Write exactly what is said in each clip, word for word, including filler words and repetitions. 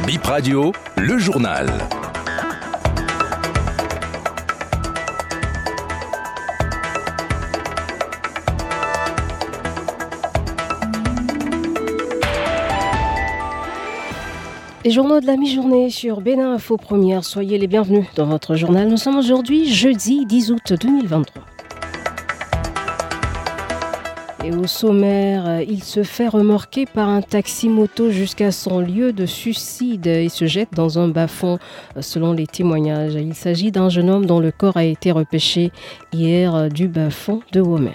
Bip Radio, le journal. Les journaux de la mi-journée sur Bénin Info Première. Soyez les bienvenus dans votre journal. Nous sommes aujourd'hui jeudi dix août deux mille vingt-trois. Et au sommaire, il se fait remorquer par un taxi-moto jusqu'à son lieu de suicide et se jette dans un bas-fond, selon les témoignages. Il s'agit d'un jeune homme dont le corps a été repêché hier du bas-fond de Womey.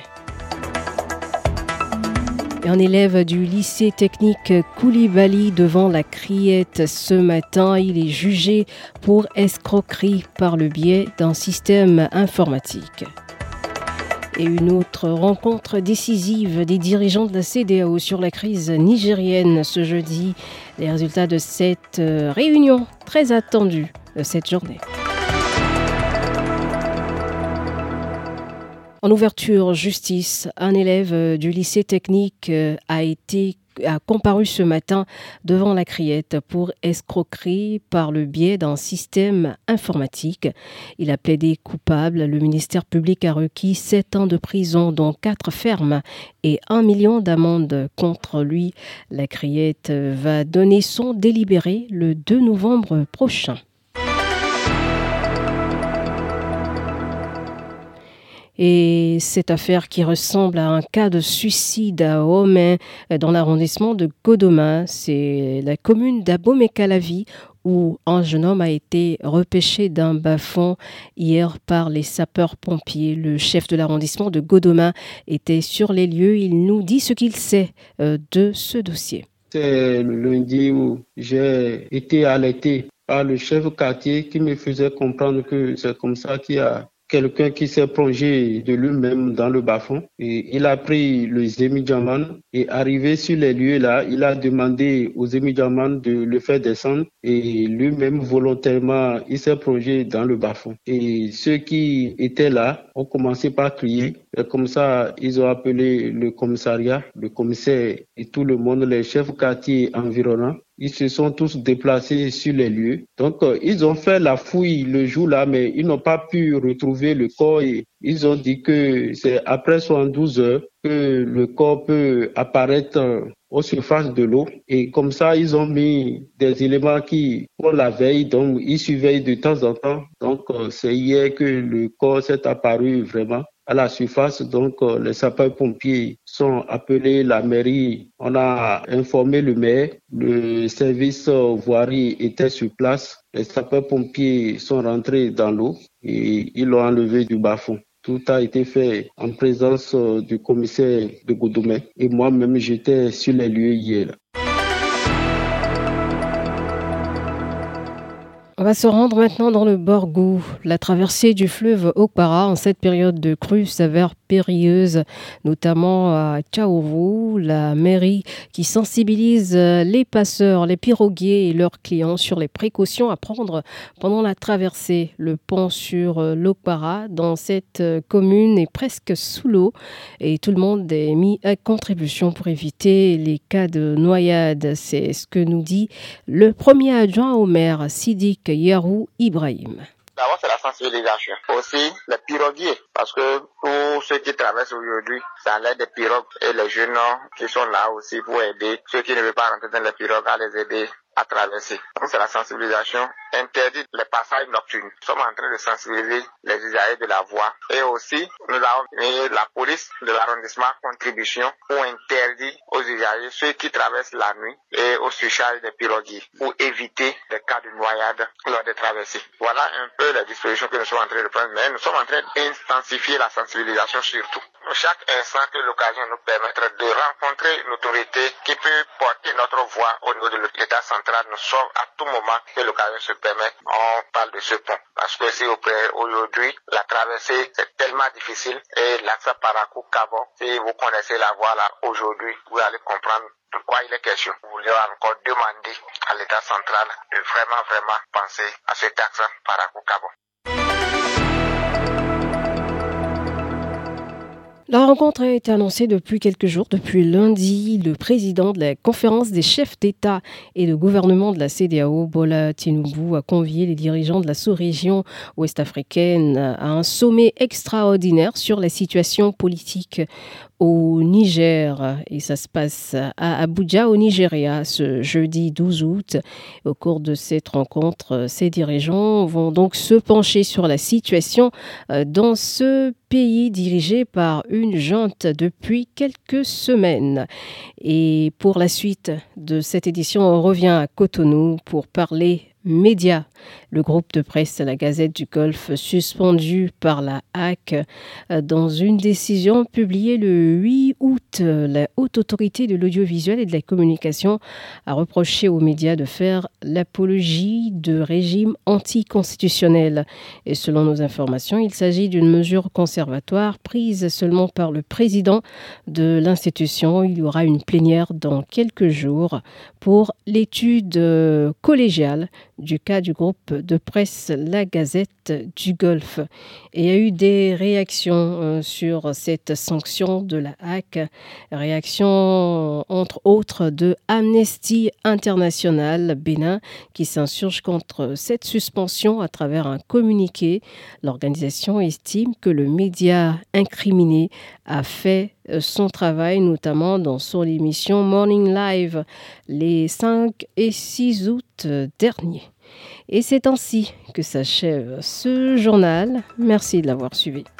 Et un élève du lycée technique Koulibaly devant la Criette ce matin, il est jugé pour escroquerie par le biais d'un système informatique. Et une autre rencontre décisive des dirigeants de la C E D E A O sur la crise nigérienne ce jeudi. Les résultats de cette réunion très attendue de cette journée. En ouverture, justice, un élève du lycée technique a été a comparu ce matin devant la Criette pour escroquerie par le biais d'un système informatique. Il a plaidé coupable. Le ministère public a requis sept ans de prison, dont quatre fermes et un million d'amendes contre lui. La Criette va donner son délibéré le deux novembre prochain. Et cette affaire qui ressemble à un cas de suicide à Womey, dans l'arrondissement de Godoma, c'est la commune d'Abomey-Calavi où un jeune homme a été repêché d'un bas-fond hier par les sapeurs-pompiers. Le chef de l'arrondissement de Godoma était sur les lieux. Il nous dit ce qu'il sait de ce dossier. C'est le lundi où j'ai été alerté par le chef quartier qui me faisait comprendre que c'est comme ça qu'il y a quelqu'un qui s'est plongé de lui-même dans le bas-fond. Et il a pris le Zémidjaman et arrivé sur les lieux là, il a demandé au Zémidjaman de le faire descendre et lui-même volontairement, il s'est plongé dans le bas-fond. Et ceux qui étaient là ont commencé par crier. Et comme ça, ils ont appelé le commissariat, le commissaire et tout le monde, les chefs quartiers environnants. Ils se sont tous déplacés sur les lieux. Donc, euh, ils ont fait la fouille le jour-là, mais ils n'ont pas pu retrouver le corps. Et ils ont dit que c'est après soixante-douze heures que le corps peut apparaître euh, aux surfaces de l'eau. Et comme ça, ils ont mis des éléments qui font la veille, donc ils surveillent de temps en temps. Donc, euh, c'est hier que le corps s'est apparu vraiment à la surface. Donc, euh, les sapeurs-pompiers sont appelés, la mairie, on a informé le maire, le service euh, voirie était sur place. Les sapeurs-pompiers sont rentrés dans l'eau et ils l'ont enlevé du bas-fond. Tout a été fait en présence euh, du commissaire de Godomé. Et moi-même, j'étais sur les lieux hier. On va se rendre maintenant dans le Borgou. La traversée du fleuve Okpara en cette période de crue s'avère périlleuse, notamment à Tchaourou, la mairie qui sensibilise les passeurs, les piroguiers et leurs clients sur les précautions à prendre pendant la traversée. Le pont sur l'Okpara dans cette commune est presque sous l'eau et tout le monde est mis à contribution pour éviter les cas de noyade. C'est ce que nous dit le premier adjoint au maire, Sidik Yarou Ibrahim. D'abord, c'est la sensibilisation. Aussi, les piroguiers, parce que pour ceux qui traversent aujourd'hui, ça l'aide des pirogues et les jeunes qui sont là aussi pour aider ceux qui ne veulent pas rentrer dans les pirogues à les aider à traverser. Donc, c'est la sensibilisation. Interdit les passages nocturnes. Nous sommes en train de sensibiliser les usagers de la voie. Et aussi, nous avons mis la police de l'arrondissement contribution pour interdire aux usagers, ceux qui traversent la nuit et au surcharge des pirogues pour éviter les cas de noyade lors des traversées. Voilà un peu les dispositions que nous sommes en train de prendre. Mais nous sommes en train d'intensifier la sensibilisation surtout. Chaque instant que l'occasion nous permettra de rencontrer une autorité qui peut porter notre voix au niveau de l'État central, nous sommes à tout moment que l'occasion se permet, on parle de ce pont. Parce que si aujourd'hui, la traversée, c'est tellement difficile et l'accès Parakou-Cabon, si vous connaissez la voie là aujourd'hui, vous allez comprendre de quoi il est question. Vous voulez encore demander à l'État central de vraiment, vraiment penser à cet axe Parakou-Cabon. La rencontre a été annoncée depuis quelques jours. Depuis lundi, le président de la conférence des chefs d'État et de gouvernement de la C D A O, Bola Tinubu, a convié les dirigeants de la sous-région ouest-africaine à un sommet extraordinaire sur la situation politique au Niger. Et ça se passe à Abuja, au Nigeria, ce jeudi douze août. Au cours de cette rencontre, ces dirigeants vont donc se pencher sur la situation dans ce pays dirigé par une junte depuis quelques semaines. Et pour la suite de cette édition, on revient à Cotonou pour parler médias. Le groupe de presse La Gazette du Golfe, suspendu par la H A C dans une décision publiée le huit août, la Haute Autorité de l'Audiovisuel et de la Communication a reproché aux médias de faire l'apologie de régimes anticonstitutionnels. Et selon nos informations, il s'agit d'une mesure conservatoire prise seulement par le président de l'institution. Il y aura une plénière dans quelques jours pour l'étude collégiale du cas du groupe de presse La Gazette du Golfe. Et il y a eu des réactions euh, sur cette sanction de la H A C. Réactions, entre autres, de Amnesty International Bénin, qui s'insurge contre cette suspension à travers un communiqué. L'organisation estime que le média incriminé a fait son travail, notamment dans son émission Morning Live les cinq et six août derniers. Et c'est ainsi que s'achève ce journal. Merci de l'avoir suivi.